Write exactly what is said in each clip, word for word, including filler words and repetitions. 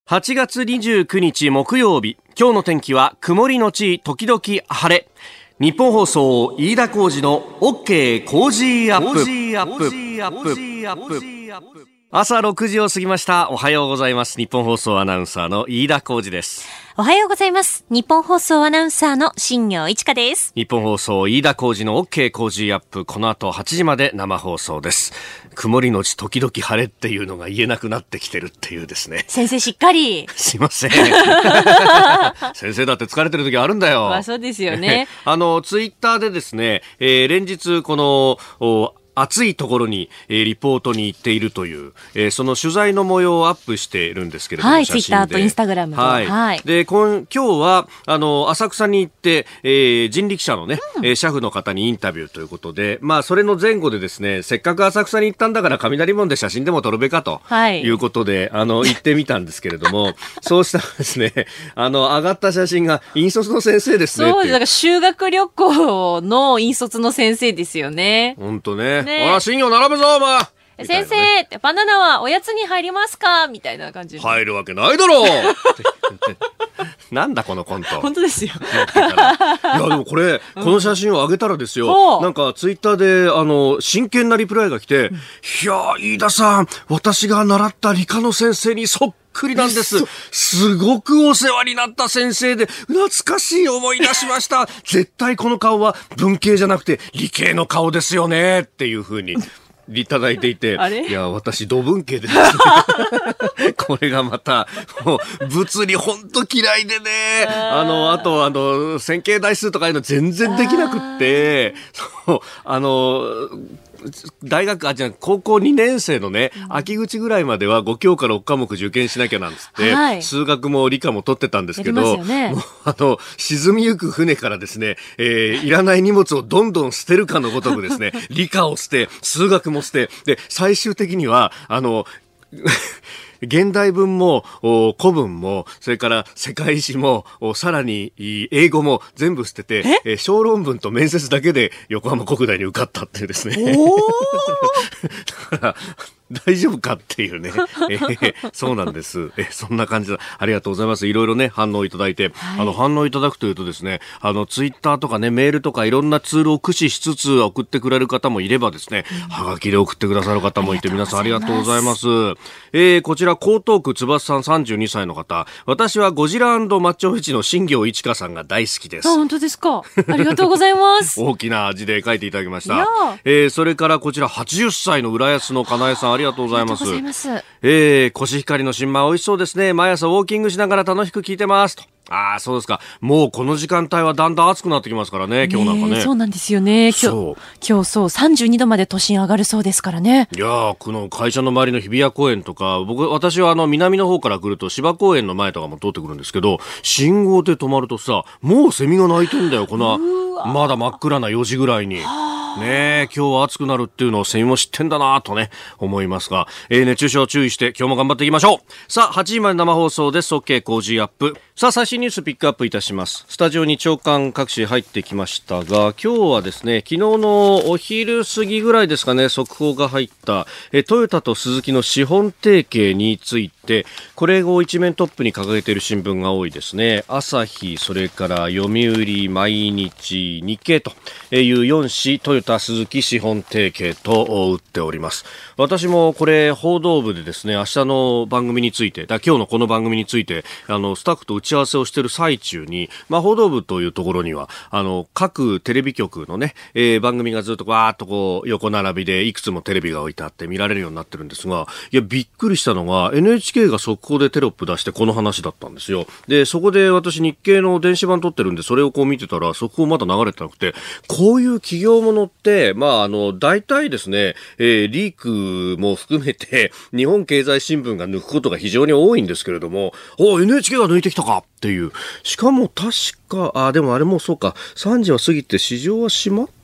はちがつにじゅうくにち木曜日、今日の天気は曇りのち時々晴れ。日本放送飯田浩司の OK 工事アップ。朝ろくじを過ぎました。おはようございます。日本放送アナウンサーの飯田浩司です。 おはようございます。日本放送アナウンサーの新業一華です。 日本放送飯田浩司の OK 工事アップ、この後はちじまで生放送です。曇りのち時々晴れっていうのが言えなくなってきてるっていうですね。 先生しっかり。 すいません。先生だって疲れてる時あるんだよ。 まあそうですよね。 あのツイッターでですね、えー、連日この暑いところに、えー、リポートに行っているという、えー、その取材の模様をアップしているんですけれども、 はい、ツイッターとインスタグラムと、 はいはい、で今今日はあの浅草に行って、えー、人力車のね、うんえー、車夫の方にインタビューということで、まあそれの前後でですね、せっかく浅草に行ったんだから雷門で写真でも撮るべかということで、はい、あの行ってみたんですけれどもそうしたらですね、あの上がった写真が引率の先生ですね。 そうです。だから修学旅行の引率の先生ですよね。 本当ね。ね、あら新業並ぶぞお前、 ね、先生バナナはおやつに入りますかみたいな感じで。 入るわけないだろうなんだこのコント。 本当ですよ。 いやでもこれ、うん、この写真を上げたらですよ、なんかツイッターであの真剣なリプライが来て、うん、いや飯田さん、私が習った理科の先生にそっくりなんです。すごくお世話になった先生で懐かしい思い出しました絶対この顔は文系じゃなくて理系の顔ですよねっていう風にいただいていて、いや私土文系でですねこれがまたもう物理ほんと嫌いでね、あのあとあの線形代数とかいうの全然できなくって、そうあの大学あじゃ高校にねん生のね、うん、秋口ぐらいまではごきょうかろっかもく受験しなきゃなんつって、はい、数学も理科も取ってたんですけど、ね、もうあの沈みゆく船からですね、えー、いらない荷物をどんどん捨てるかのごとくですね理科を捨て数学も捨てで最終的にはあの現代文も古文もそれから世界史もさらに英語も全部捨ててえ小論文と面接だけで横浜国大に受かったっていうですね。おだから大丈夫かっていうね、えー、そうなんです、えー、そんな感じだ。ありがとうございます。いろいろね反応いただいて、はい、あの反応いただくというとですね、あのツイッターとかねメールとかいろんなツールを駆使しつつ送ってくれる方もいればですね、うん、はがきで送ってくださる方もいて皆さんありがとうございます。えー、こちら江東区翼さんさんじゅうにさいの方、私はゴジラ&マッチョフェチの新業一華さんが大好きです。 あ、本当ですか。ありがとうございます大きな字で書いていただきました。えー、それからこちらはちじゅっさいの浦安のかなえさん、ありがとうございます。えー、コシヒカリの新米美味しそうですね。毎朝ウォーキングしながら楽しく聞いてますと。ああ、そうですか。もうこの時間帯はだんだん暑くなってきますからね、今日なんかね。 そうなんですよね。今日、そう今日そうさんじゅうにどまで都心上がるそうですからね。 いやー、この会社の周りの日比谷公園とか、僕私はあの南の方から来ると芝公園の前とかも通ってくるんですけど、信号で止まるとさ、もうセミが鳴いてんだよ。このまだ真っ暗なよじぐらいに。ねえ、今日は暑くなるっていうのをセミも知ってんだなとね思いますが、えー、熱中症注意して今日も頑張っていきましょう。さあはちじまで生放送です。 OK 工事アップ。さあ最新ニュースピックアップいたします。スタジオに長官各紙入ってきましたが、今日はですね昨日のお昼過ぎぐらいですかね、速報が入ったえトヨタとスズキの資本提携について、これを一面トップに掲げている新聞が多いですね。朝日、それから読売、毎日、日経というよん紙、トヨタスズキ資本提携と打っております。私もこれ報道部でですね、明日の番組について、だ今日のこの番組についてあのスタッフと打ち合わせをしている最中に、まあ、報道部というところにはあの各テレビ局のね、えー、番組がずっとわーっとこう横並びでいくつもテレビが置いてあって見られるようになってるんですが、いやびっくりしたのが エヌエイチケー が速報でテロップ出してこの話だったんですよ。でそこで私日経の電子版撮ってるんでそれをこう見てたら速報まだ流れてなくて、こういう企業ものってまああの大体ですね、えー、リークも含めて日本経済新聞が抜くことが非常に多いんですけれども、お エヌエイチケー が抜いてきたかっていう。しかも確かあでもあれもそうかさんじは過ぎて市場は閉まっ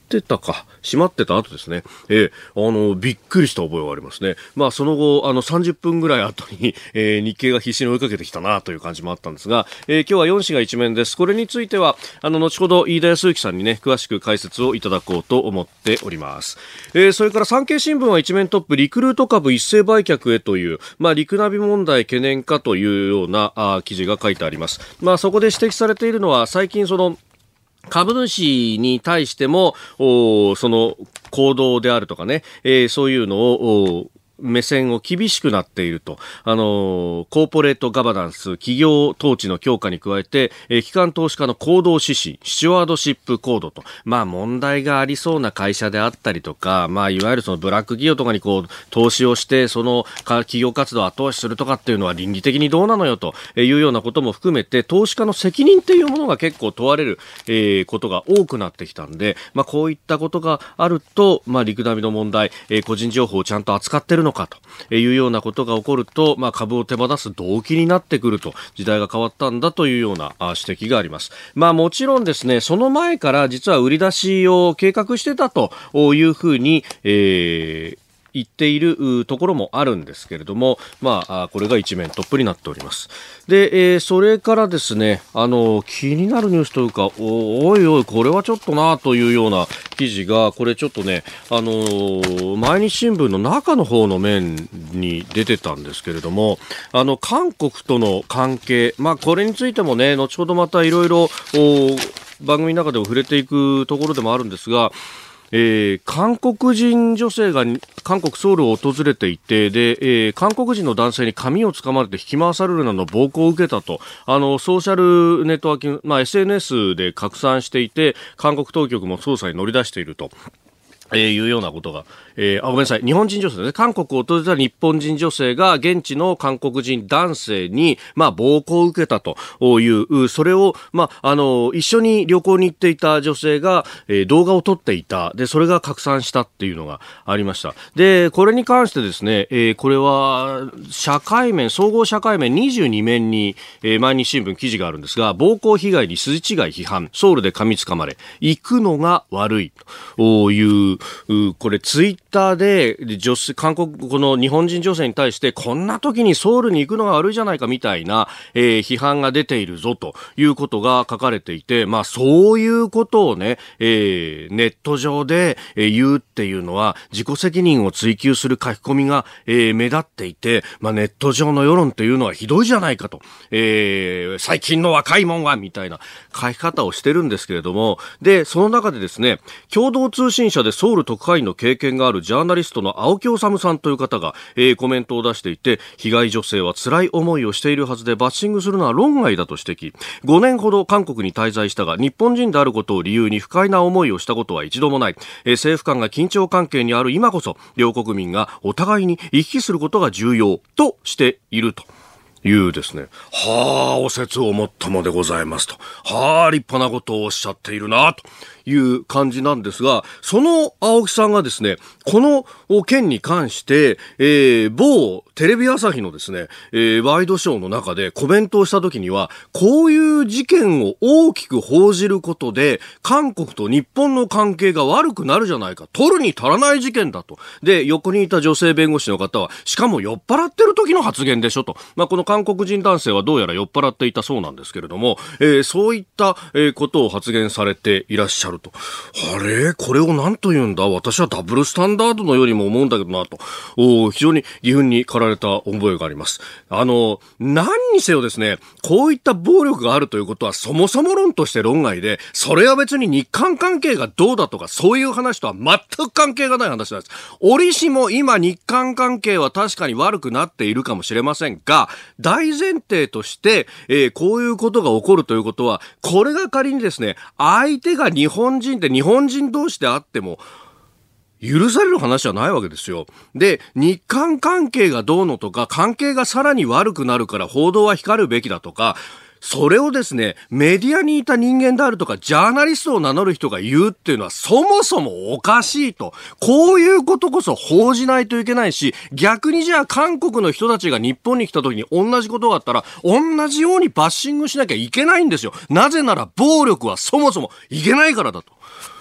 ってたか閉まってた後ですね、えー、あのびっくりした覚えがありますね。まあその後あのさんじゅっぷんぐらい後に、えー、日経が必死に追いかけてきたなという感じもあったんですが、えー、今日はよん紙が一面です。これについてはあの後ほど飯田康之さんにね詳しく解説をいただこうと思っております。えー、それから産経新聞は一面トップリクルート株一斉売却へという、まあ、リクナビ問題懸念かというようなあ記事が書いてあります。まあ、そこで指摘されているのは最近その株主に対してもその行動であるとかね、えー、そういうのを目線を厳しくなっていると。あの、コーポレートガバナンス、企業統治の強化に加えて、えー、機関投資家の行動指針、スチュワードシップコードと、まあ問題がありそうな会社であったりとか、まあいわゆるそのブラック企業とかにこう、投資をして、その企業活動を後押しするとかっていうのは倫理的にどうなのよというようなことも含めて、投資家の責任っていうものが結構問われる、えー、ことが多くなってきたんで、まあこういったことがあると、まあリクナビの問題、えー、個人情報をちゃんと扱ってるのかというようなことが起こると、まあ、株を手放す動機になってくると、時代が変わったんだというような指摘があります。まあもちろんですね、その前から実は売り出しを計画してたというふうに、えー言っているところもあるんですけれども、まあ、これが一面トップになっております。で、えー、それからですね、あの、気になるニュースというか、お、おいおい、これはちょっとなというような記事が、これちょっとね、あのー、毎日新聞の中の方の面に出てたんですけれども、あの、韓国との関係、まあ、これについてもね、後ほどまたいろいろ番組の中でも触れていくところでもあるんですが、えー、韓国人女性が韓国ソウルを訪れていて、で、えー、韓国人の男性に髪をつかまれて引き回されるなどの暴行を受けたと、あのソーシャルネットワーキング、まあ、エスエヌエス で拡散していて、韓国当局も捜査に乗り出していると。えー、いうようなことが、えー、あ、ごめんなさい。日本人女性ですね。韓国を訪れた日本人女性が現地の韓国人男性に、まあ、暴行を受けたという、それを、まあ、あの、一緒に旅行に行っていた女性が、えー、動画を撮っていた。で、それが拡散したっていうのがありました。で、これに関してですね、えー、これは、社会面、総合社会面にじゅうに面に、えー、毎日新聞記事があるんですが、暴行被害に筋違い批判、ソウルで髪つかまれ、行くのが悪いという、これツイッターで女性韓国この日本人女性に対してこんな時にソウルに行くのが悪いじゃないかみたいな、えー、批判が出ているぞということが書かれていて、まあそういうことをね、えー、ネット上で、えー、言うっていうのは自己責任を追求する書き込みが、えー、目立っていて、まあネット上の世論っていうのはひどいじゃないかと、えー、最近の若いもんはみたいな書き方をしてるんですけれども、でその中でですね、共同通信社でソウル特派員の経験があるジャーナリストの青木治さんという方が、えー、コメントを出していて、被害女性は辛い思いをしているはずでバッシングするのは論外だと指摘。ごねんほど韓国に滞在したが日本人であることを理由に不快な思いをしたことは一度もない、えー、政府間が緊張関係にある今こそ両国民がお互いに行き来することが重要としているというですね。はあ、お説をもっともでございますと。はあ、立派なことをおっしゃっているなという感じなんですが、その青木さんがですね、この件に関して、えー、某テレビ朝日のですね、えー、ワイドショーの中でコメントをしたときには、こういう事件を大きく報じることで、韓国と日本の関係が悪くなるじゃないか。取るに足らない事件だと。で、横にいた女性弁護士の方は、しかも酔っ払ってる時の発言でしょと。まあ、この韓国人男性はどうやら酔っ払っていたそうなんですけれども、えー、そういった、えー、ことを発言されていらっしゃると。あれこれを何と言うんだ、私はダブルスタンダードのようにも思うんだけどなと、お非常に義憤に駆られた覚えがあります。あの何にせよですね、こういった暴力があるということはそもそも論として論外で、それは別に日韓関係がどうだとかそういう話とは全く関係がない話なんです。折しも今日韓関係は確かに悪くなっているかもしれませんが、大前提として、えー、こういうことが起こるということは、これが仮にですね、相手が日本人で日本人同士であっても許される話はないわけですよ。で、日韓関係がどうのとか、関係がさらに悪くなるから報道は控えるべきだとか、それをですね、メディアにいた人間であるとか、ジャーナリストを名乗る人が言うっていうのはそもそもおかしいと。こういうことこそ報じないといけないし、逆にじゃあ韓国の人たちが日本に来た時に同じことがあったら、同じようにバッシングしなきゃいけないんですよ。なぜなら暴力はそもそもいけないからだと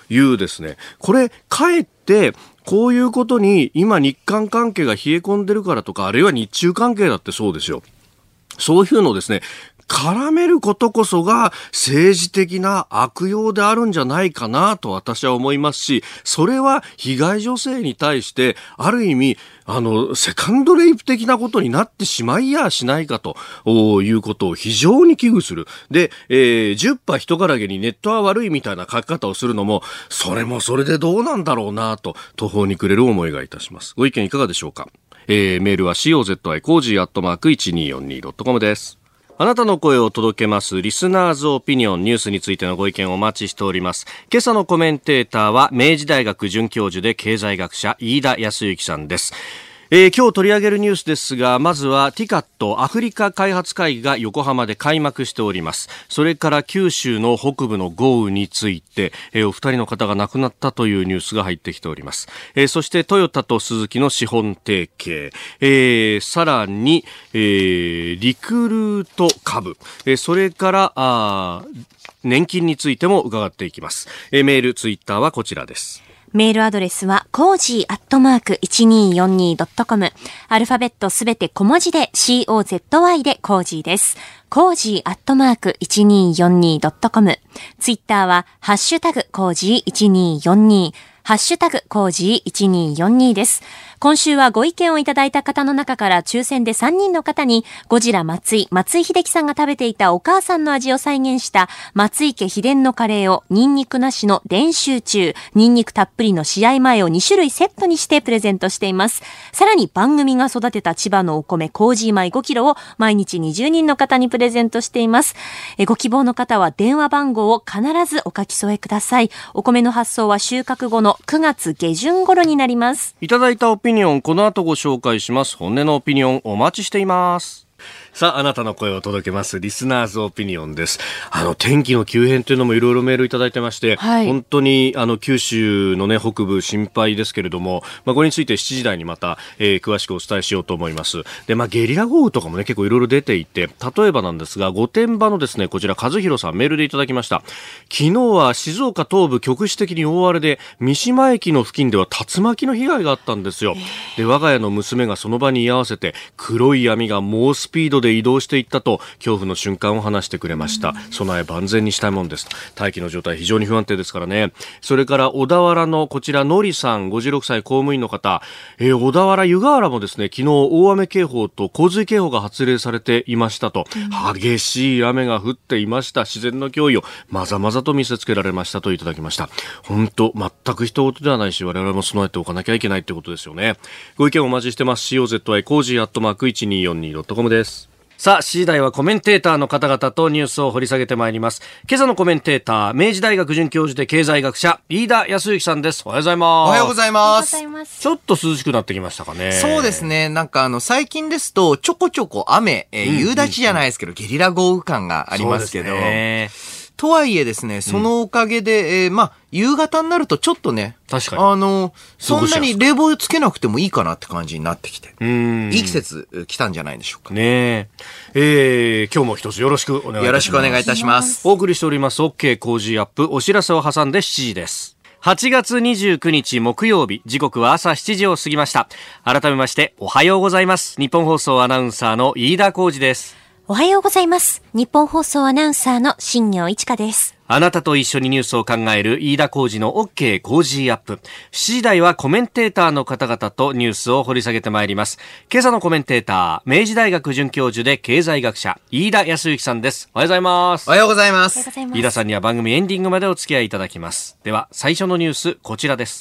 いうですね、これかえってこういうことに今日韓関係が冷え込んでるからとか、あるいは日中関係だってそうですよ。そういうのをですね、絡めることこそが政治的な悪用であるんじゃないかなと私は思いますし、それは被害女性に対してある意味あのセカンドレイプ的なことになってしまいやしないかということを非常に危惧する。で、えー、じゅっぱ人からげにネットは悪いみたいな書き方をするのも、それもそれでどうなんだろうなと途方に暮れる思いがいたします。ご意見いかがでしょうか。えー、メールは コーズイ コージー アットマーク いちにーよんにー ドットコム です。あなたの声を届けますリスナーズオピニオン、ニュースについてのご意見をお待ちしております。今朝のコメンテーターは明治大学准教授で経済学者飯田康之さんです。えー、今日取り上げるニュースですが、まずは ティカット アフリカ開発会議が横浜で開幕しております。それから九州の北部の豪雨について、えー、お二人の方が亡くなったというニュースが入ってきております。えー、そしてトヨタとスズキの資本提携、えー、さらに、えー、リクルート株、えー、それからあ年金についても伺っていきます。えー、メールツイッターはこちらです。 メールアドレスはコージーアットマーク いちにーよんにー ドットコム。アルファベットすべて小文字で コーズイ でコージーです。コージーアットマーク いちにーよんにー ドットコム。ツイッターはハッシュタグコージーいちにーよんにー。ハッシュタグコージーいちにーよんにーです。今週はご意見をいただいた方の中から抽選でさんにんの方にゴジラ松井、松井秀喜さんが食べていたお母さんの味を再現した松井家秘伝のカレーをニンニクなしの練習中、ニンニクたっぷりの試合前をに種類セットにしてプレゼントしています。さらに番組が育てた千葉のお米コージー米ごキロを毎日にじゅうにんの方にプレゼントしています。えご希望の方は電話番号を必ずお書き添えください。お米の発送は収穫後のくがつげじゅん頃になります。 いただいたオピニオン、この後ご紹介します。本音のオピニオンお待ちしています。さあ、あなたの声を届けますリスナーズオピニオンです。あの天気の急変というのもいろいろメールいただいてまして、はい、本当にあの九州のね北部心配ですけれども、まあ、これについてしちじ台にまた、えー、詳しくお伝えしようと思います。で、まあ、ゲリラ豪雨とかもね結構いろいろ出ていて、例えばなんですが御殿場のですねこちら和弘さんメールでいただきました。昨日は静岡東部局地的に大荒れで三島駅の付近では竜巻の被害があったんですよ。で、我が家の娘がその場に居合わせて黒い闇が猛スピードで移動していったと恐怖の瞬間を話してくれました。備え万全にしたいもんです。大気の状態非常に不安定ですからね。それから小田原のこちらのりさんごじゅうろくさい公務員の方、えー、小田原湯河原もですね昨日大雨警報と洪水警報が発令されていましたと、うん、激しい雨が降っていました。自然の脅威をまざまざと見せつけられましたといただきました。本当全く人事ではないし我々も備えておかなきゃいけないってことですよね。ご意見お待ちしてます。 コーズイ コージーアットマーク いちにーよんにー ドットコム です。さあ、しちじ台はコメンテーターの方々とニュースを掘り下げてまいります。今朝のコメンテーター、明治大学准教授で経済学者飯田康之さんです。おはようございます。 おはようございます。 ちょっと涼しくなってきましたかね。 そうですね。なんかあの最近ですとちょこちょこ雨、えー、夕立じゃないですけど、うんうんうん、ゲリラ豪雨感がありますけど、そうですね。とはいえですね、そのおかげで、うん、えー、まあ、夕方になるとちょっとね、 確かに。 あの、そんなに冷房つけなくてもいいかなって感じになってきて、うん、いい季節来たんじゃないでしょうか。 ねえ。えー、今日も一つよろしくお願いいたします。 よろしくお願いいたします。 お送りしております OK 工事アップ、お知らせを挟んでしちじです。はちがつにじゅうくにち木曜日、時刻は朝しちじを過ぎました。改めましておはようございます。日本放送アナウンサーの飯田浩司です。 おはようございます。日本放送アナウンサーの新業一華です。 あなたと一緒にニュースを考える飯田浩司の OK 工事アップ。しちじ台はコメンテーターの方々とニュースを掘り下げてまいります。今朝のコメンテーター、明治大学准教授で経済学者飯田康之さんです。おはようございます。 おはようございます。 飯田さんには番組エンディングまでお付き合いいただきます。では最初のニュースこちらです。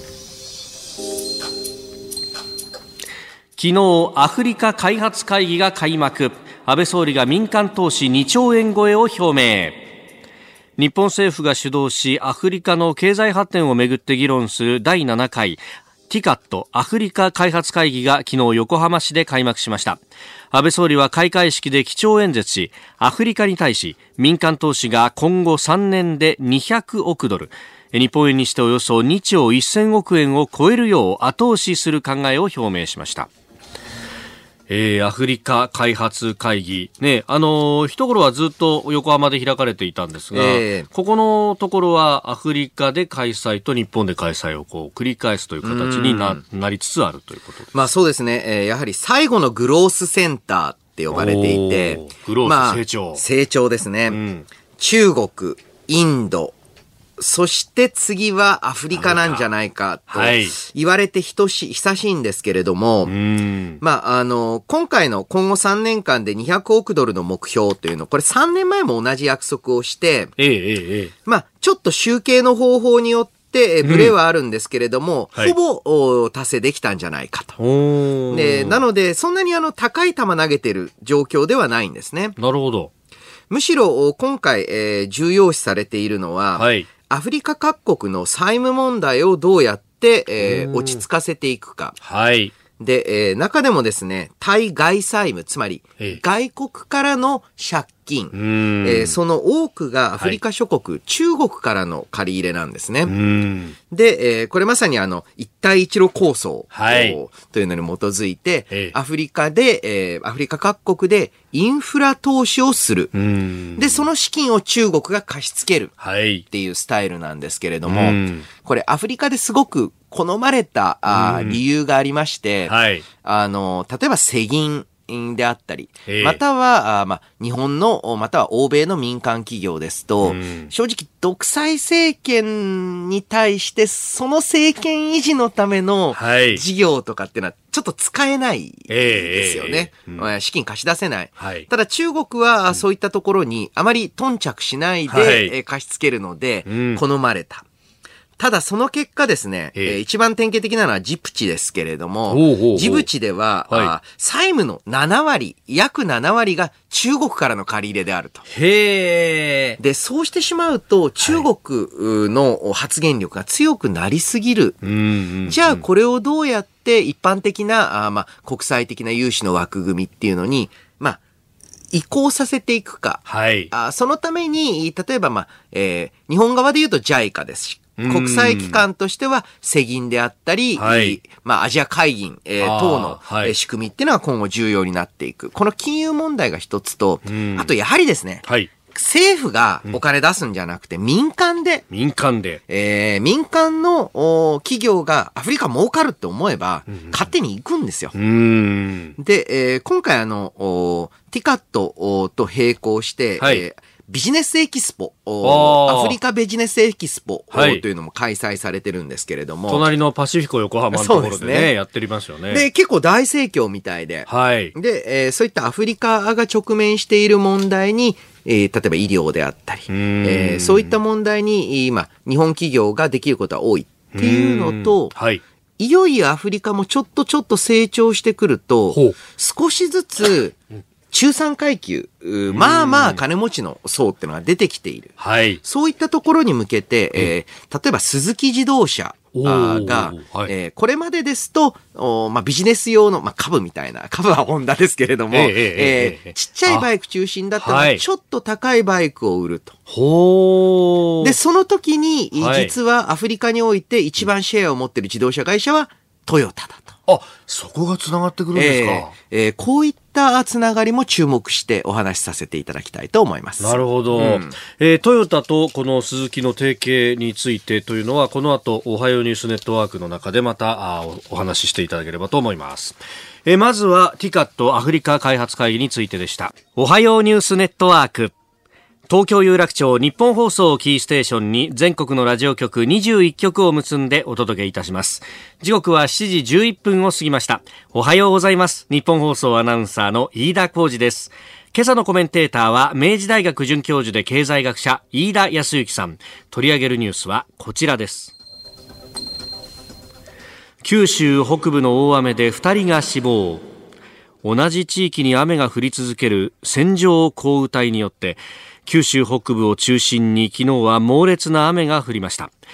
昨日アフリカ開発会議が開幕。安倍総理が民間投資にちょうえん超えを表明。日本政府が主導しアフリカの経済発展をめぐって議論するだいななかい ティカット アフリカ開発会議が昨日横浜市で開幕しました。安倍総理は開会式で基調演説し、アフリカに対し民間投資が今後さんねんでにひゃくおくドル、日本円にしておよそにちょうせんおくえんを超えるよう後押しする考えを表明しました。 えー、アフリカ開発会議。ね、あのー、一頃はずっと横浜で開かれていたんですが、えー、ここのところはアフリカで開催と日本で開催をこう繰り返すという形に な, なりつつあるということです。 まあそうですね、えー、やはり最後のグロースセンターって呼ばれていて、 グロース成長。 まあ、成長ですね。うん、中国、インド、そして次はアフリカなんじゃないかと言われてひとし、久しいんですけれども、まあ、あの、今回の今後さんねんかんでにひゃくおくドルの目標というの、これさんねんまえも同じ約束をして、 ええええ、 まあ、ちょっと集計の方法によって、ブレはあるんですけれども、うんはい、ほぼ達成できたんじゃないかと。で、なので、そんなにあの高い球投げてる状況ではないんですね。 なるほど。 むしろ今回、えー、重要視されているのは、はいアフリカ各国の債務問題をどうやって、えー、落ち着かせていくか。 はい。 で、えー、中でもですね、対外債務、つまり外国からの借金、えー、その多くがアフリカ諸国、はい、中国からの借り入れなんですね。で、えー、これまさにあの、一帯一路構想、はい、というのに基づいて、アフリカで、えー、アフリカ各国でインフラ投資をする。で、その資金を中国が貸し付けるっていうスタイルなんですけれども、これアフリカですごく好まれたあ理由がありまして、はい、あの、例えば世銀であったり、または、あまあ、日本の、または欧米の民間企業ですと、正直独裁政権に対してその政権維持のための事業とかっていうのはちょっと使えないですよね。えーえーうん、資金貸し出せない。はい、ただ中国はそういったところにあまり頓着しないで、はい、貸し付けるので、好まれた。ただその結果ですね、えー、一番典型的なのはジブチですけれども、ほうほうほうジブチでは、はい、あ債務のななわり、約ななわりが中国からの借り入れであると。 へー。 で、そうしてしまうと中国の発言力が強くなりすぎる。はい、じゃあこれをどうやって一般的な、あまあ、国際的な融資の枠組みっていうのに、まあ、移行させていくか。はい、あそのために、例えば、まあえー、日本側で言うと ジャイカ ですし、国際機関としては世銀であったり、はい、まあアジア海銀、えー、等の、はい、仕組みっていうのが今後重要になっていく。この金融問題が一つと、あとやはりですね、はい、政府がお金出すんじゃなくて民間で、 民間で、 えー、民間の企業がアフリカ儲かるって思えば、うん、勝手に行くんですよ。うんで、えー、今回あの、ティカットと並行して、はいえービジネスエキスポ、アフリカビジネスエキスポ、はい、というのも開催されてるんですけれども。 隣のパシフィコ横浜のところでね、ねやってますよね。 で、結構大盛況みたいで。はい。で、えー、そういったアフリカが直面している問題に、えー、例えば医療であったり、えー、そういった問題に、今、日本企業ができることは多いっていうのと、はい。いよいよアフリカもちょっとちょっと成長してくると、少しずつ、中産階級、まあまあ金持ちの層っていうのが出てきている。はい。そういったところに向けて、えー、例えば鈴木自動車が、はいえー、これまでですと、まあ、ビジネス用の、まあ、株みたいな、株はホンダですけれども、えーえーえー、ちっちゃいバイク中心だったら、ちょっと高いバイクを売ると。ほー。で、その時に、実はアフリカにおいて一番シェアを持っている自動車会社はトヨタだと。 あ、そこがつながってくるんですか。 えーえー、こういったつながりも注目してお話しさせていただきたいと思います。 なるほど、うんえー、トヨタとこのスズキの提携についてというのはこの後おはようニュースネットワークの中でまたあ お, お話ししていただければと思います。えー、まずはティカットアフリカ開発会議についてでした。おはようニュースネットワーク、東京有楽町日本放送をキーステーションに全国のラジオ局にじゅういっきょくを結んでお届けいたします。時刻はしちじじゅういっぷんを過ぎました。おはようございます。日本放送アナウンサーの飯田浩司です。今朝のコメンテーターは明治大学准教授で経済学者飯田康之さん。取り上げるニュースはこちらです。九州北部の大雨でふたりが死亡。同じ地域に雨が降り続ける線状降雨帯によって九州北部を中心に昨日は猛烈な雨が降りました。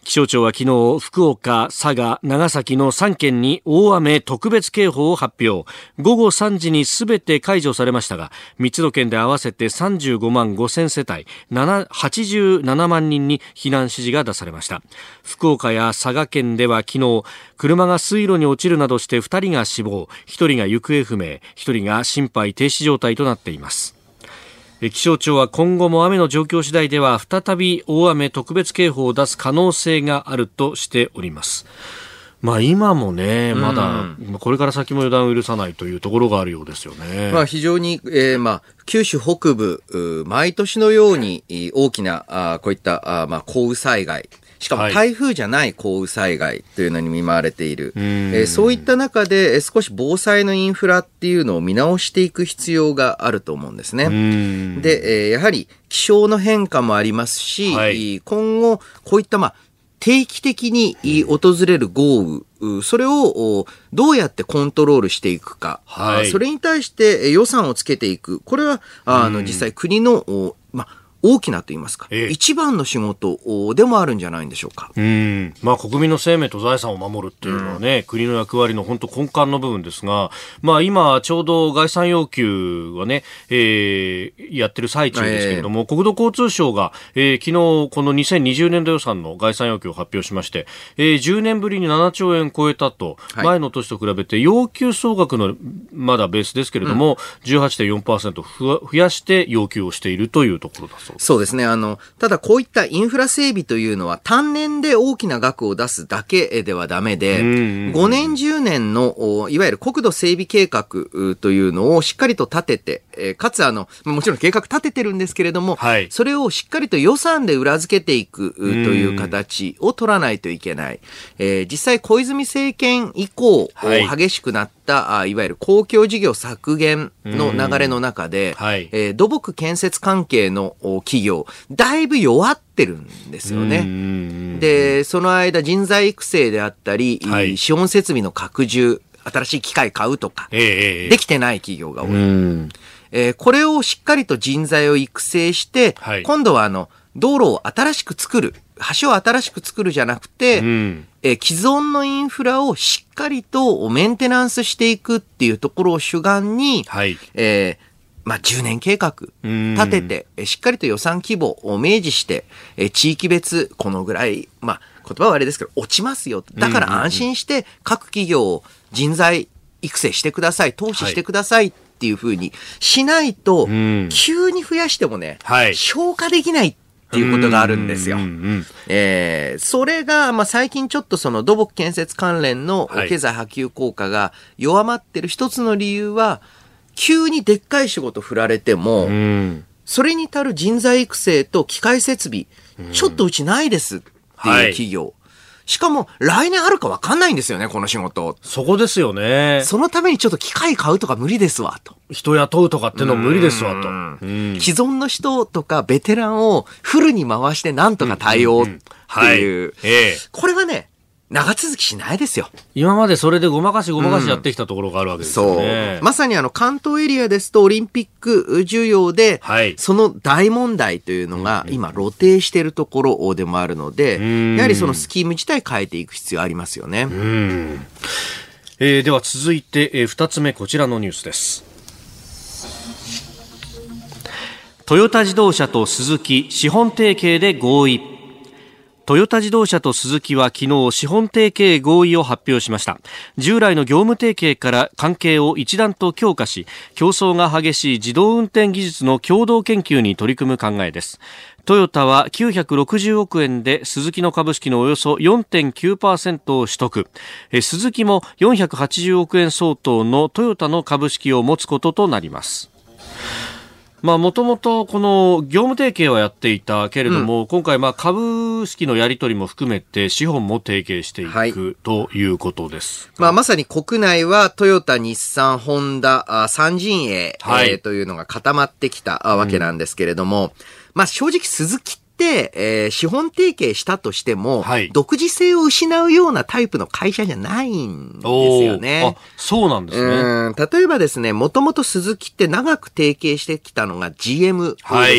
気象庁は昨日、福岡、佐賀、長崎のさんけんに大雨特別警報を発表。ごごさんじにすべて解除されましたが、みっつの県で合わせてさんじゅうごまんごせんせたい、はちじゅうななまんにんに避難指示が出されました。福岡や佐賀県では昨日、車が水路に落ちるなどしてふたりが死亡、ひとりが行方不明、ひとりが心肺停止状態となっています。気象庁は今後も雨の状況次第では再び大雨特別警報を出す可能性があるとしております。まあ今もね、まだこれから先も予断を許さないというところがあるようですよね。 まあ非常に、えー、まあ九州北部、毎年のように大きなあこういったあまあ降雨災害、しかも台風じゃない降雨災害というのに見舞われている、はい、えー、そういった中で少し防災のインフラっていうのを見直していく必要があると思うんですね。で、えー、やはり気象の変化もありますし、はい、今後こういったまあ定期的に訪れる豪雨、それをどうやってコントロールしていくか、はい、それに対して予算をつけていく、これはあの実際国のまあ大きなと言いますか、ええ、一番の仕事でもあるんじゃないんでしょうか。 うん、まあ、国民の生命と財産を守るっていうのはね、うん、国の役割の本当根幹の部分ですが、まあ、今ちょうど概算要求はね、えー、やってる最中ですけれども、えー、国土交通省が、えー、昨日このにせんにじゅうねんど予算の概算要求を発表しまして、えー、じゅうねんぶりにななちょうえん超えたと、はい、前の年と比べて要求総額のまだベースですけれども、うん、じゅうはちてんよんパーセント 増やして要求をしているというところだそうです。 そうですね。あの、ただこういったインフラ整備というのは単年で大きな額を出すだけではダメで、ごねんじゅうねんのいわゆる国土整備計画というのをしっかりと立てて、かつあの、もちろん計画立ててるんですけれども、はい、それをしっかりと予算で裏付けていくという形を取らないといけない。えー、実際小泉政権以降、はい、激しくなったあいわゆる公共事業削減の流れの中で、はい、えー、土木建設関係の企業だいぶ弱ってるんですよね。で、その間人材育成であったり、はい、資本設備の拡充、新しい機械買うとか、えー、できてない企業が多い。えー、これをしっかりと人材を育成して、はい、今度はあの道路を新しく作る、橋を新しく作るじゃなくて、うん、えー、既存のインフラをしっかりとメンテナンスしていくっていうところを主眼に、はい、えーまあ、じゅうねん計画立てて、しっかりと予算規模を明示して、地域別このぐらい、まあ、言葉はあれですけど、落ちますよ。だから安心して各企業を人材育成してください、投資してくださいっていうふうにしないと、急に増やしてもね、消化できないっていうことがあるんですよ。えー、それが、まあ、最近ちょっとその土木建設関連の経済波及効果が弱まってる一つの理由は、急にでっかい仕事振られても、うん、それに足る人材育成と機械設備、うん、ちょっとうちないですっていう企業。はい、しかも来年あるか分かんないんですよね、この仕事。 そこですよね。 そのためにちょっと機械買うとか無理ですわと。 人雇うとかっての無理ですわと。うん、 既存の人とかベテランをフルに回してなんとか対応っていう。うんうんうん、はい、ええ、これはね、長続きしないですよ。 今までそれでごまかしごまかしやってきたところがあるわけですよね。 そう。まさにあの関東エリアですとオリンピック需要で、はい、その大問題というのが今露呈しているところでもあるので、やはりそのスキーム自体変えていく必要ありますよね。うん、 えー、では続いて、えー、ふたつめこちらのニュースです。トヨタ自動車とスズキ資本提携で合意。トヨタ自動車とスズキは昨日資本提携合意を発表しました。従来の業務提携から関係を一段と強化し、競争が激しい自動運転技術の共同研究に取り組む考えです。トヨタはきゅうひゃくろくじゅうおくえんでスズキの株式のおよそ よんてんきゅうパーセント を取得。スズキもよんひゃくはちじゅうおくえん相当のトヨタの株式を持つこととなります。まあ、もともとこの業務提携はやっていたけれども、うん、今回まあ株式のやり取りも含めて資本も提携していく、はい、ということです。 まあ、まさに国内はトヨタ、日産、ホンダ、三陣営、はい、えー、というのが固まってきたわけなんですけれども、うん、まあ正直スズキで、えー、資本提携したとしても、はい、独自性を失うようなタイプの会社じゃないんですよね。 あ、そうなんですね。 うん、例えばですね、もともとスズキって長く提携してきたのが ジーエム です。はい、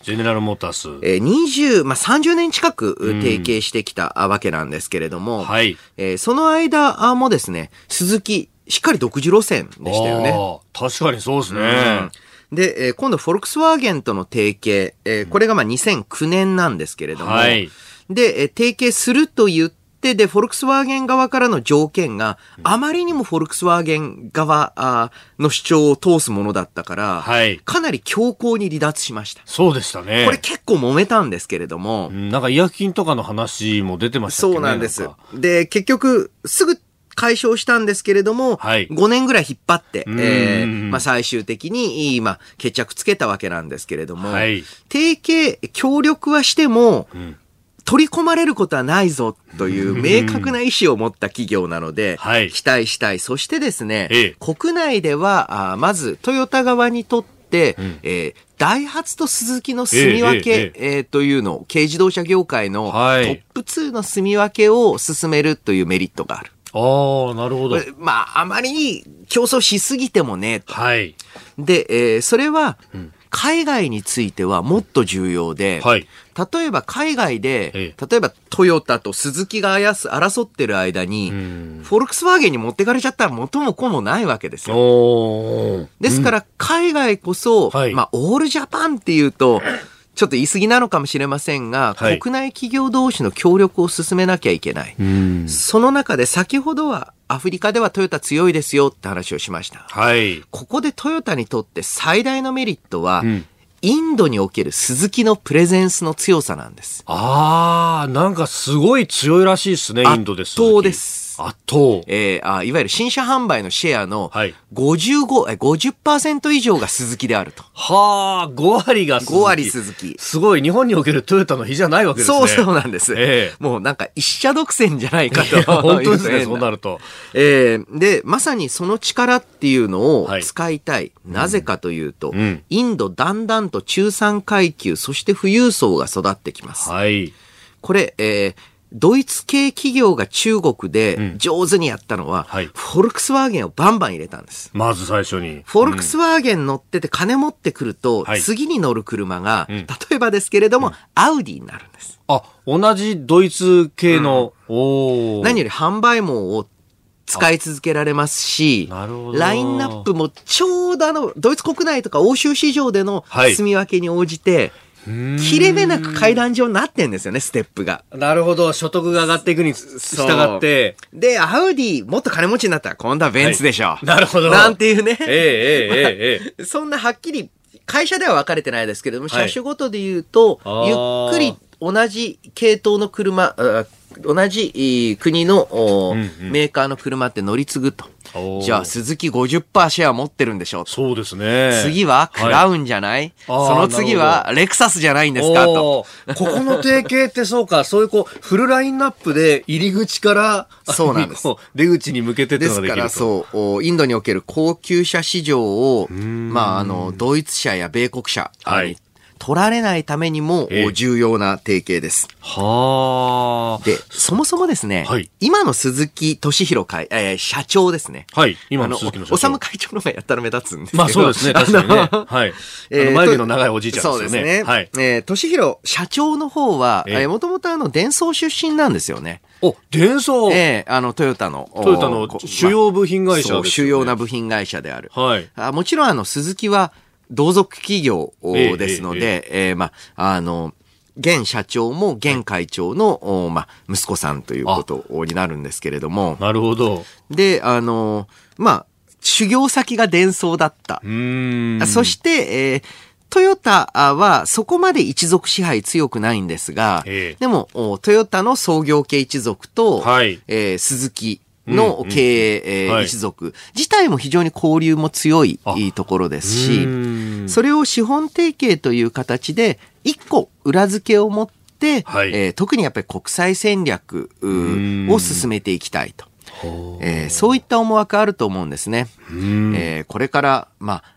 ジェネラルモータース。 えー、にじゅう、まあ、さんじゅうねん近く提携してきたわけなんですけれども、うん、 はい。 えー、その間もですね、スズキ、しっかり独自路線でしたよね。 確かにそうですね。 うんで、えー、今度フォルクスワーゲンとの提携、えー、これがまあにせんきゅうねんなんですけれども、はい、で、えー、提携すると言って、で、フォルクスワーゲン側からの条件があまりにもフォルクスワーゲン側の主張を通すものだったから、はい、かなり強硬に離脱しました。 そうでしたね。 これ結構揉めたんですけれども、 うん、なんか医薬品とかの話も出てましたっけね。 そうなんです。で、結局すぐ解消したんですけれども、はい、ごねんぐらい引っ張って、えーまあ、最終的に、まあ、決着つけたわけなんですけれども、はい、提携、協力はしても、うん、取り込まれることはないぞという明確な意思を持った企業なので、はい、期待したい。そしてですね、ええ、国内では、あまずトヨタ側にとって、うんえーダイハツとスズキの住み分け、えええええー、というのを、軽自動車業界のトップツーの住み分けを進めるというメリットがある。 ああ、なるほど。 まあ、あまりに競争しすぎてもね。 はい。 で、えー、それは、海外についてはもっと重要で、はい、例えば海外で、ええ、例えばトヨタとスズキが争ってる間に、フォルクスワーゲンに持ってかれちゃったら元も子もないわけですよ。おですから、海外こそ、うん、まあ、オールジャパンっていうと、ちょっと言い過ぎなのかもしれませんが、はい、国内企業同士の協力を進めなきゃいけない。その中で先ほどはアフリカではトヨタ強いですよって話をしました。はい、ここでトヨタにとって最大のメリットは、うん、インドにおけるスズキのプレゼンスの強さなんです。 ああ、なんかすごい強いらしいですね、インドでスズキ。 圧倒です。 圧倒。 えー、あいわゆる新車販売のシェアのごじゅうご、ごじゅっパーセント以上がスズキであると。 はあ、ご割がスズキ。 ご割スズキ。 すごい、日本におけるトヨタの比じゃないわけですね。 そうそうなんです。えー、もうなんか一社独占じゃないかと。 本当ですね、そうなると。 えー、で、まさにその力っていうのを使いたい。はい、なぜかというと、うん、インドだんだんと中産階級、そして富裕層が育ってきます。はい。これ、えー、ドイツ系企業が中国で上手にやったのは、うんはい、フォルクスワーゲンをバンバン入れたんです。 まず最初に。 フォルクスワーゲン乗ってて金持ってくると、うん、次に乗る車が、はい、例えばですけれども、うん、アウディになるんです。 あ、同じドイツ系の、 うん、お何より販売網を使い続けられますし、 なるほど。 ラインナップもちょうどあの、ドイツ国内とか欧州市場での住み分けに応じて、はい切れ目なく階段状になってんですよね、ステップが。 なるほど。所得が上がっていくに従って。 で、アウディ、もっと金持ちになったら今度はベンツでしょ。はい、 なるほど。 なんていうね。 ええええええ。 そんなはっきり、会社では分かれてないですけれども、車種ごとで言うと、はい、ゆっくり同じ系統の車、同じ国の、うんうん、メーカーの車って乗り継ぐと。じゃあ、スズキ ごじゅっパーセント シェア持ってるんでしょう。 そうですね。 次はクラウンじゃない、はい、その次はレクサスじゃないんですかと。 ここの提携ってそうか、そういうこう、フルラインナップで入り口から、 そうなんです。 出口に向けてってのができると。 ですからそう、インドにおける高級車市場を、まあ、あの、ドイツ車や米国車、はい。取られないためにも重要な提携です。 はあ。 で、そもそもですね、はい、今の鈴木俊弘会、えー、社長ですね。 はい。今の鈴木の社長。 おさむ会長の方がやったら目立つんですけど。 まあそうですね、確かにね。はい。えー、眉毛の長いおじいちゃんですよね。 そうですね。はい。えー、俊弘社長の方は、えー、もともとあの、デンソー出身なんですよね。 お、デンソーええー、あの、トヨタの。 トヨタの主要部品会社ですよね。 そう、主要な部品会社である。 はい。 あもちろんあの、鈴木は、同族企業ですので、えーえーえー、まあ、あの、現社長も現会長の、まあ、息子さんということになるんですけれども。 なるほど。 で、あの、まあ、修行先がデンソーだった。うーんそして、えー、トヨタはそこまで一族支配強くないんですが、えー、でも、トヨタの創業家一族と、はいえー、鈴木、の経営、うんうん、一族自体も非常に交流も強いところですし、それを資本提携という形で一個裏付けを持って、はいえー、特にやっぱり国際戦略を進めていきたいと。えー、そういった思惑あると思うんですね。えー、これから、ま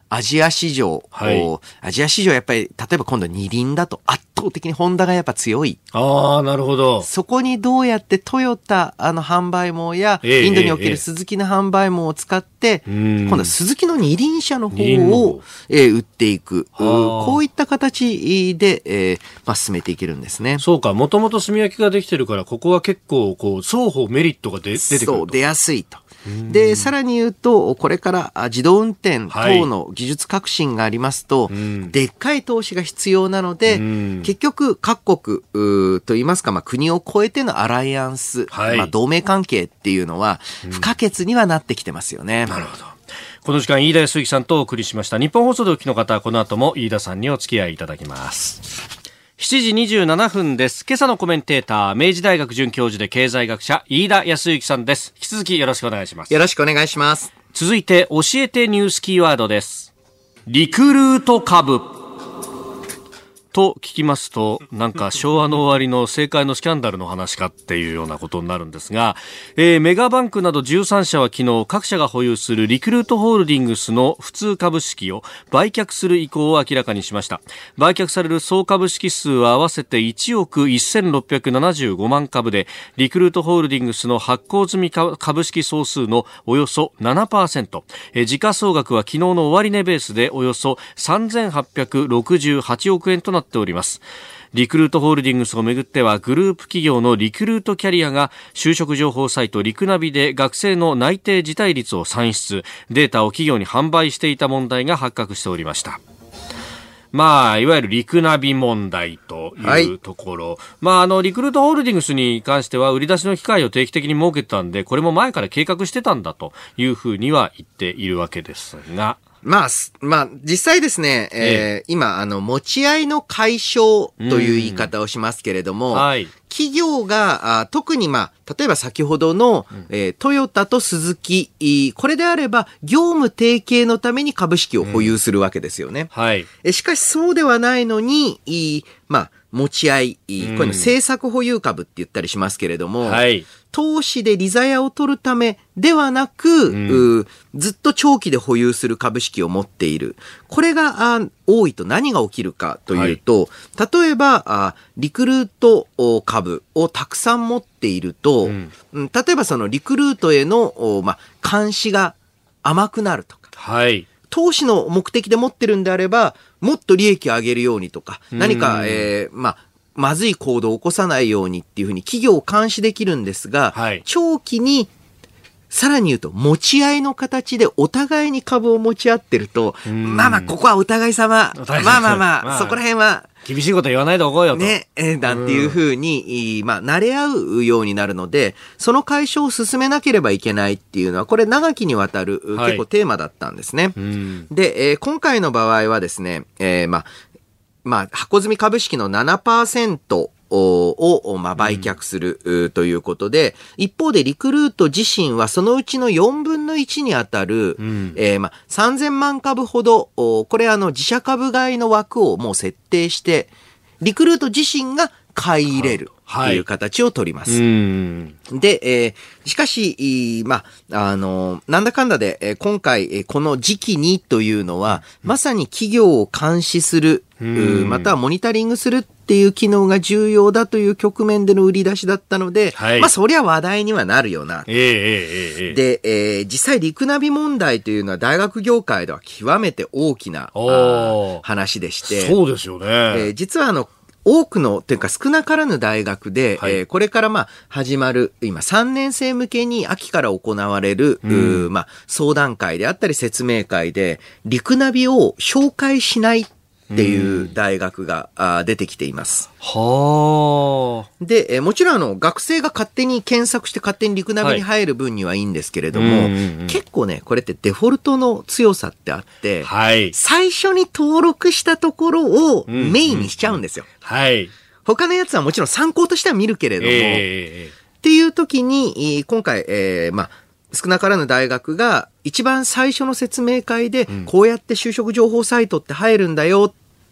アジア市場、はい、アジア市場やっぱり、例えば今度二輪だと圧倒的にホンダがやっぱ強い。 ああ、なるほど。 そこにどうやってトヨタあの販売網や、えー、インドにおけるスズキの販売網を使って、えー、今度はスズキの二輪車の方を、えー、売っていく。こういった形で、えーまあ、進めていけるんですね。 そうか、もともと炭焼きができてるから、ここは結構こう双方メリットが出出てくると。 そう、出やすいと。で、さらに言うと、これから自動運転等の技術革新がありますと、はい、でっかい投資が必要なので、結局各国といいますか、まあ、国を超えてのアライアンス、はい、まあ、同盟関係っていうのは不可欠にはなってきてますよね。 なるほど。この時間、飯田康之さんとお送りしました。日本放送でお聞きの方、この後も飯田さんにお付き合いいただきます。しちじにじゅうななふんです。今朝のコメンテーター、明治大学准教授で経済学者、飯田康之さんです。引き続きよろしくお願いします。 よろしくお願いします。 続いて、教えてニュースキーワードです。リクルート株。と聞きますと、なんか昭和の終わりの政界のスキャンダルの話かっていうようなことになるんですが、えー、メガバンクなどじゅうさんしゃは昨日各社が保有するリクルートホールディングスの普通株式を売却する意向を明らかにしました。売却される総株式数は合わせていちおくせんろっぴゃくななじゅうごまんかぶで、リクルートホールディングスの発行済み株式総数のおよそ ななパーセント、えー、時価総額は昨日の終値ベースでおよそさんぜんはっぴゃくろくじゅうはちおくえんとなっております。リクルートホールディングスをめぐっては、グループ企業のリクルートキャリアが就職情報サイトリクナビで学生の内定辞退率を算出、データを企業に販売していた問題が発覚しておりました。まあ、いわゆるリクナビ問題というところ、はい、まあ、あのリクルートホールディングスに関しては売り出しの機会を定期的に設けてたんで、これも前から計画してたんだというふうには言っているわけですが、 まあ、まあ、実際ですね、えーええ、今、あの、持ち合いの解消という言い方をしますけれども、はい、企業が、あ特にまあ、例えば先ほどの、うんえー、トヨタとスズキ、これであれば、業務提携のために株式を保有するわけですよね。うんはい、えしかし、そうではないのに、まあ、持ち合い、こういうの政策保有株って言ったりしますけれども、はい、投資で利ざやを取るためではなく、うん、ずっと長期で保有する株式を持っている。これがあ多いと何が起きるかというと、はい、例えばあリクルート株をたくさん持っていると、うん、例えばそのリクルートへの、まあ、監視が甘くなるとか、はい投資の目的で持ってるんであれば、もっと利益を上げるようにとか、何か、えー、まあ、まずい行動を起こさないようにっていうふうに企業を監視できるんですが、はい、長期に、さらに言うと、持ち合いの形でお互いに株を持ち合ってると、まあまあ、ここはお互い様。まあまあまあ、まあ、そこら辺は、 厳しいこと言わないでおこうよと。 ね、えー、なんていうふうに、まあ、慣れ合うようになるので、その解消を進めなければいけないっていうのは、これ長きにわたる、はい、結構テーマだったんですね。で、えー、今回の場合はですね、えー、まあ、まあ、箱積み株式の ななパーセント、を、まあ、売却する、うん、ということで、一方でリクルート自身はそのうちのよんぶんのいちにあたる、うんえーまあ、さんぜんまんかぶほど、これあの自社株買いの枠をもう設定して、リクルート自身が買い入れるという形を取ります。はい、うんで、えー、しかし、まあ、あの、なんだかんだで、えー、今回、えー、この時期にというのは、まさに企業を監視する、またはモニタリングするっていう機能が重要だという局面での売り出しだったので、はい、まあそりゃ話題にはなるよな。えーえーえー、で、えー、実際リクナビ問題というのは大学業界では極めて大きな話でして、 そうですよね。えー、実はあの多くのというか少なからぬ大学で、はいえー、これからまあ始まる今さんねんせい向けに秋から行われる、うんまあ、相談会であったり説明会でリクナビを紹介しないっていう大学が、うん、出てきています。はあ。で、えもちろんあの学生が勝手に検索して勝手にリクナビに入る分にはいいんですけれども、はいうんうんうん、結構ねこれってデフォルトの強さってあって、はい、最初に登録したところをメインにしちゃうんですよ。うんうんうん、はい。他のやつはもちろん参考としては見るけれども、えー、っていう時に今回、えー、まあ少なからぬ大学が一番最初の説明会でこうやって就職情報サイトって入るんだよって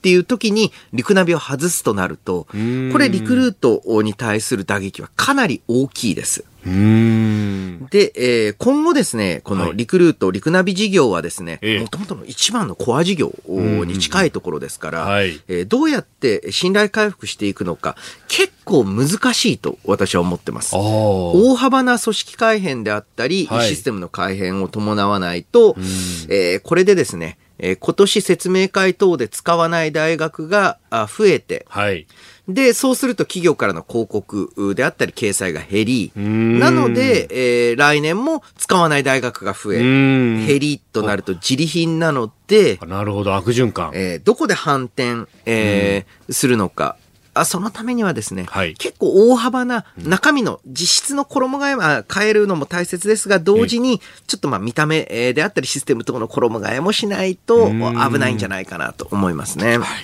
っていう時にリクナビを外すとなると、これリクルートに対する打撃はかなり大きいです。 うーんで、えー、今後ですね、このリクルート、はい、リクナビ事業はですね、もともとの一番のコア事業に近いところですから、はい、えー、どうやって信頼回復していくのか、結構難しいと私は思ってます。大幅な組織改変であったり、はい、システムの改変を伴わないと、えー、これでですね、えー、今年説明会等で使わない大学が増えて、はい、で、そうすると企業からの広告であったり掲載が減り、なので、えー、来年も使わない大学が増え、減りとなると自利品なので、 なるほど、悪循環。 えー、どこで反転、えー、するのか。あ、そのためにはですね、はい、結構大幅な中身の実質の衣替えは変えるのも大切ですが、同時にちょっとまあ見た目であったりシステム等の衣替えもしないと危ないんじゃないかなと思いますね。はい、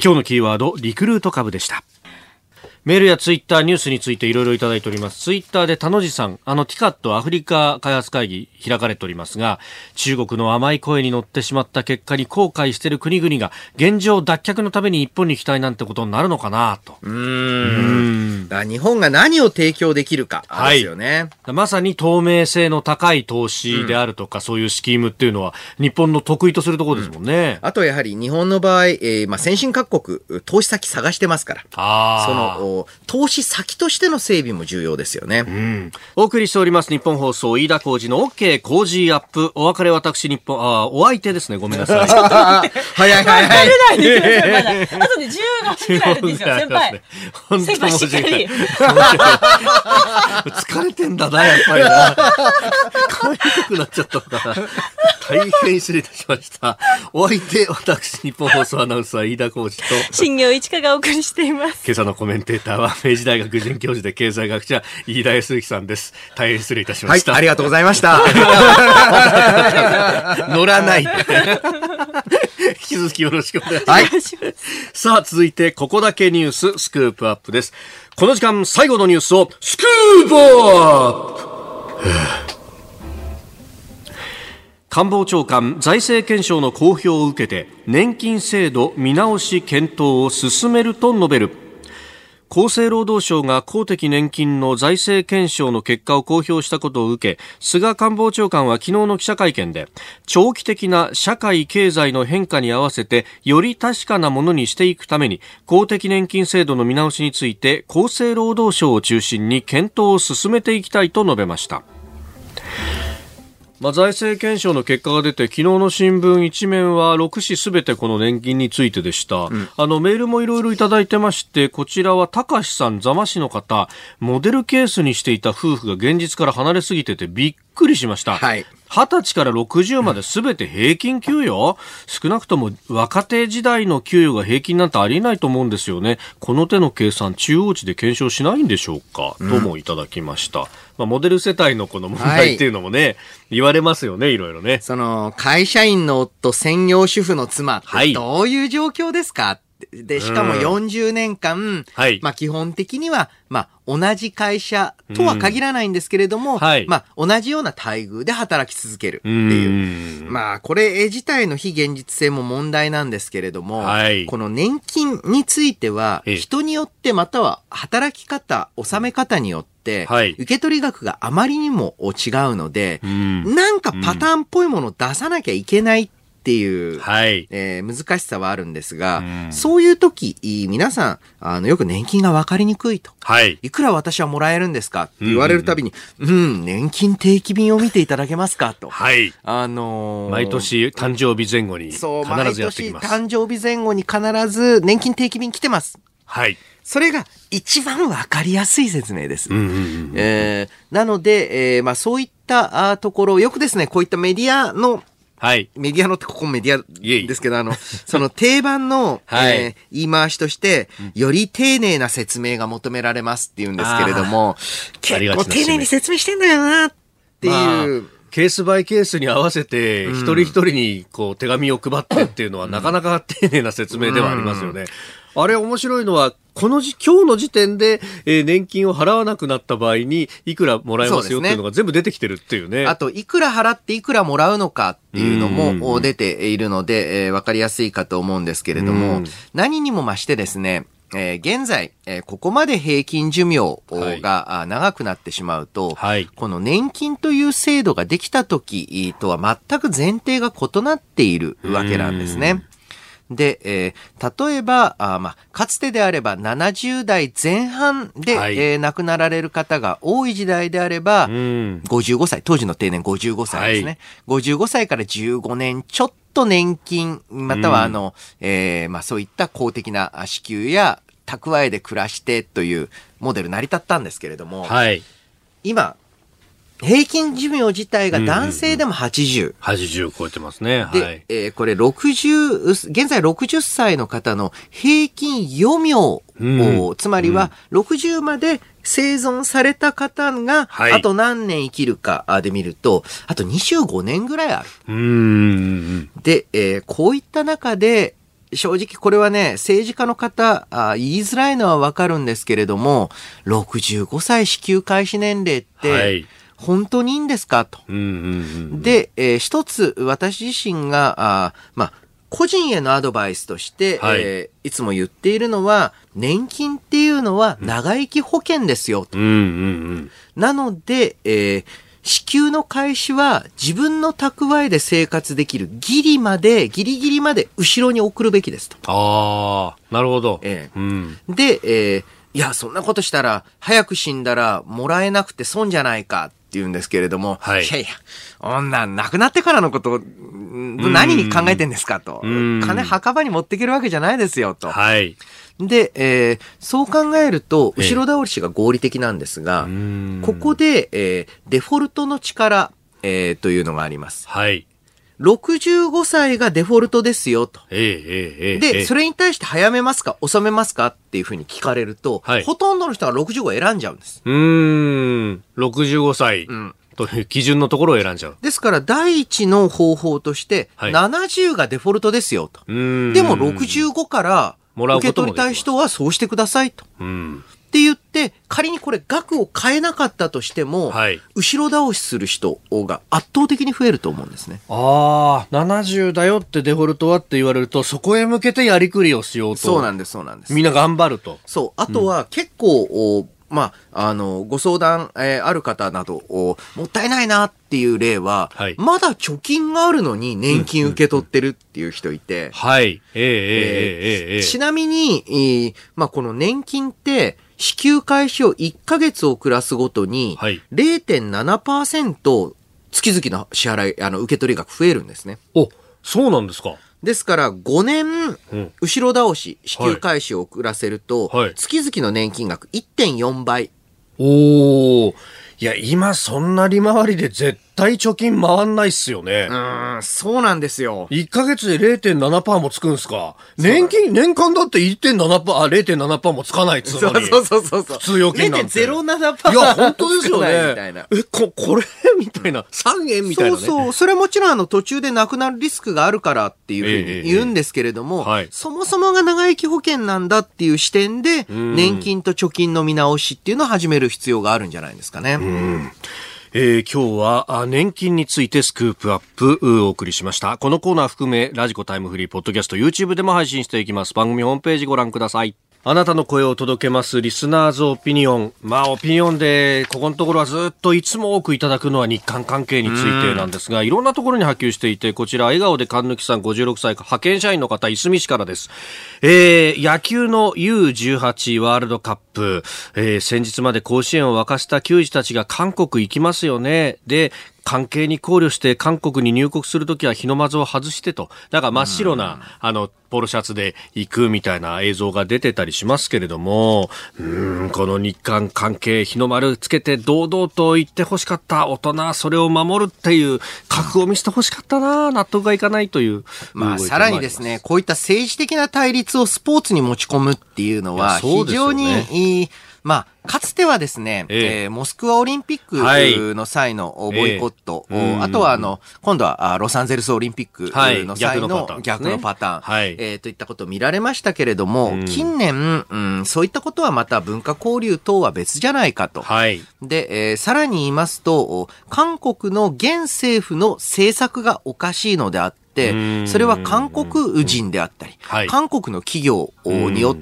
今日のキーワード、リクルート株でした。メールやツイッター、ニュースについていろいろいただいております。ツイッターで田野次さん、あのティカットアフリカ開発会議開かれておりますが、中国の甘い声に乗ってしまった結果に後悔している国々が現状脱却のために日本に期待なんてことになるのかなと。 うーん。うーん、だ日本が何を提供できるかですよね。 はい、まさに透明性の高い投資であるとか、うん、そういうスキームっていうのは日本の得意とするところですもんね。 うん、あとやはり日本の場合、えーまあ、先進各国投資先探してますから。あその投資先としての整備も重要ですよね。うん、 お送りしております日本放送飯田浩司の OK 工事アップ。お別れ私日本あお相手ですね。ごめんなさい。 早い早い。 あとでじゅうごふんくらいあるんですよ先輩。 本当申し訳ない。疲れてんだなやっぱりな。帰りたくなっちゃったのかな。大変失礼いたしました。お相手私日本放送アナウンサー飯田浩司と新業一華がお送りしています。 今朝のコメンテーターは明治大学准教授で経済学者飯田康之さんです。大変失礼いたしました。 はい、ありがとうございました。 乗らないで引き続きよろしくお願いします。はい、さあ続いてここだけニューススクープアップです。この時間最後のニュースをスクープアップ。官房長官財政検証の公表を受けて年金制度見直し検討を進めると述べる。厚生労働省が公的年金の財政検証の結果を公表したことを受け、菅官房長官は昨日の記者会見で、長期的な社会経済の変化に合わせてより確かなものにしていくために、公的年金制度の見直しについて厚生労働省を中心に検討を進めていきたいと述べました。まあ、財政検証の結果が出て昨日の新聞一面はろく紙すべてこの年金についてでした。うん、あのメールもいろいろいただいてまして、こちらは高橋さん、座間市の方、モデルケースにしていた夫婦が現実から離れすぎててびっくりしました。はい、はたちからろくじゅうまで全て平均給与、少なくとも若手時代の給与が平均なんてありえないと思うんですよね。この手の計算中央値で検証しないんでしょうか、うん、ともいただきました。まあ、モデル世帯のこの問題っていうのもね、はい、言われますよね、いろいろね。 その会社員の夫、専業主婦の妻ってどういう状況ですか、はい、でしかもよんじゅうねんかん、うん、はい、まあ基本的にはまあ同じ会社とは限らないんですけれども、うん、はい、まあ同じような待遇で働き続けるっていう、うまあこれ自体の非現実性も問題なんですけれども、はい、この年金については人によってまたは働き方、納め方によって、はい、受け取り額があまりにも違うので、うん、なんかパターンっぽいものを出さなきゃいけないっていう、はい、えー、難しさはあるんですが、うん、そういう時皆さんあのよく年金が分かりにくいと、はい、いくら私はもらえるんですかって言われるたびに、うん、うんうん、年金定期便を見ていただけますかと、はい、あのー、 毎年誕生日前後に必ずやってきます。 そう、毎年誕生日前後に必ず年金定期便来てます。はい。それが一番わかりやすい説明です。うんうんうん、えー、なので、えーまあ、そういったところ、よくですね、こういったメディアの、はい、メディアのってここメディアですけど、あの、その定番の、はい、えー、言い回しとして、より丁寧な説明が求められますって言うんですけれども、結構丁寧に説明してんだよなっていう。まあケースバイケースに合わせて、一人一人にこう手紙を配ってっていうのは、なかなか丁寧な説明ではありますよね。あれ面白いのは、このじ今日の時点で、えー、年金を払わなくなった場合にいくらもらえますよっていうのが全部出てきてるっていうね。 あと、いくら払っていくらもらうのかっていうのも出ているので、えー、わかりやすいかと思うんですけれども、何にも増してですね、えー、現在、えー、ここまで平均寿命が、はい、長くなってしまうと、はい、この年金という制度ができた時とは全く前提が異なっているわけなんですね。で、えー、例えば、あまあ、かつてであればななじゅう代前半で、はい、えー、亡くなられる方が多い時代であれば、ごじゅうごさい、当時の定年ごじゅうごさいですね。はい、ごじゅうごさいからじゅうごねんちょっと年金、またはあの、えー、まあそういった公的な支給や蓄えで暮らしてというモデル成り立ったんですけれども、はい、今、平均寿命自体が男性でもはちじゅう。うんうんうん、 はちじゅう超えてますね。 で、 はい、 えー、これろくじゅう、現在ろくじゅっさいの方の平均余命を、うん、つまりはろくじゅうまで生存された方が、あと何年生きるかで見ると、あとにじゅうごねんぐらいある。 うーんで、えー、こういった中で、正直これはね、政治家の方、あ言いづらいのはわかるんですけれども、ろくじゅうごさい支給開始年齢って、はい、本当にいいんですかと。 うんうんうん、 で、えー、一つ私自身が、あまあ、個人へのアドバイスとして、はいえー、いつも言っているのは、年金っていうのは長生き保険ですよと。 うんうんうん、 なので、えー、支給の開始は自分の蓄えで生活できるギリまで、ギリギリまで後ろに送るべきですと。 ああ、なるほど。 えーうん、で、えー、いや、そんなことしたら、早く死んだらもらえなくて損じゃないか。って言うんですけれども、はい、いやいや、女亡くなってからのことを何に考えてんですかと。金墓場に持っていけるわけじゃないですよと。 はい、 で、えー、そう考えると、後ろ倒しが合理的なんですが、えー、ここで、えー、デフォルトの力、えー、というのがあります。 はい。 ろくじゅうごさいがデフォルトですよと。 えーえーえー、 で、それに対して早めますか遅めますかっていうふうに聞かれると、はい、ほとんどの人がろくじゅうご選んじゃうんです。 うーん、ろくじゅうごさいという基準のところを選んじゃう。 ですから、第一の方法として、はい、ななじゅうがデフォルトですよと。でもろくじゅうごから受け取りたい人はそうしてくださいと。うんって言って、仮にこれ額を変えなかったとしても、はい、後ろ倒しする人が圧倒的に増えると思うんですね。 ああ、ななじゅうだよってデフォルトはって言われると、そこへ向けてやりくりをしようと。 そうなんです、そうなんです。 みんな頑張ると。 そう。あとは結構、うん、まあ、あの、ご相談、えー、ある方など、もったいないなっていう例は、はい、まだ貯金があるのに年金受け取ってるっていう人いて。 うんうんうん、はい。えー、えー、えー、えー、 ちなみに、えー、まあ、この年金って、支給開始をいっかげつ遅らすごとに、れいてんななパーセント 月々の支払い、あの、受け取り額増えるんですね。 お、そうなんですか。 ですから、ごねん、後ろ倒し、支給開始を遅らせると、はいはい、月々の年金額 いってんよんばい。 おー。いや、今そんな利回りで絶対貯金回んないっすよね。 うーん、そうなんですよ。 いっかげつで れいてんななパーセント もつくんすか。年金、年間だって いってんななパーセント、あ、れいてんななパーセント もつかないっつうのに。 そうそうそうそう。 普通預金なんて。 れいてんゼロななパーセントいや、本当ですよね。 みたいな。 え、こ、これみたいな。さんえんみたいな、ね。 そうそう。それはもちろんあの途中で亡くなるリスクがあるからっていうふうに言うんですけれども、ええええはい、そもそもが長生き保険なんだっていう視点で、年金と貯金の見直しっていうのを始める必要があるんじゃないですかね。 うんえー、今日は年金についてスクープアップお送りしました。このコーナー含めラジコタイムフリーポッドキャスト YouTube でも配信していきます。番組ホームページご覧ください。あなたの声を届けますリスナーズオピニオン。まあオピニオンでここのところはずっといつも多くいただくのは日韓関係についてなんですが、いろんなところに波及していて、こちら笑顔で神抜さんごじゅうろくさい派遣社員の方いすみ市からです。えー、野球の ユーじゅうはち ワールドカップ、えー、先日まで甲子園を沸かした球児たちが韓国行きますよね。で関係に考慮して韓国に入国するときは日の丸を外してと、だから真っ白なあのポロシャツで行くみたいな映像が出てたりしますけれども、うーんこの日韓関係日の丸つけて堂々と言ってほしかった。大人それを守るっていう覚悟を見せてほしかったな。納得がいかないという。 まあさらにですね、こういった政治的な対立をスポーツに持ち込むっていうのは非常にいい、まあ、 かつてはですね、えーえー、モスクワオリンピックの際のボイコット、はいえー、あとはあの、今度はロサンゼルスオリンピックの際の逆のパターン、はい、えー、といったこと見られましたけれども、うん、近年、うん、そういったことはまた文化交流等は別じゃないかと。はい、で、えー、さらに言いますと、韓国の現政府の政策がおかしいのであって、それは韓国人であったり、はい、韓国の企業によって、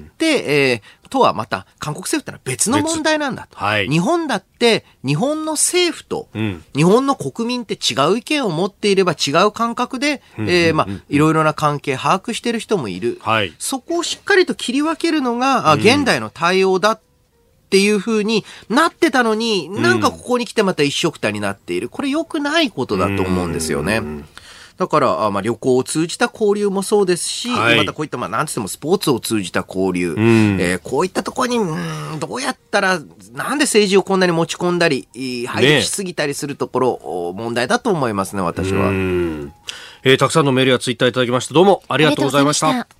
えー、とはまた韓国政府ってのは別の問題なんだと、はい、日本だって日本の政府と日本の国民って違う意見を持っていれば違う感覚で、えー、まあいろいろな関係把握している人もいる、はい、そこをしっかりと切り分けるのが現代の対応だっていう風になってたのに、なんかここに来てまた一緒くたになっている。これ良くないことだと思うんですよね。だから、まあ、旅行を通じた交流もそうですし、はい、またこういった、まあ、なんつってもスポーツを通じた交流、うん、えー、こういったところに、うん、どうやったら、なんで政治をこんなに持ち込んだり、配慮しすぎたりするところ、ね、問題だと思いますね、私は。 うん、えー、たくさんのメールやツイッターいただきまして、どうもありがとうございました。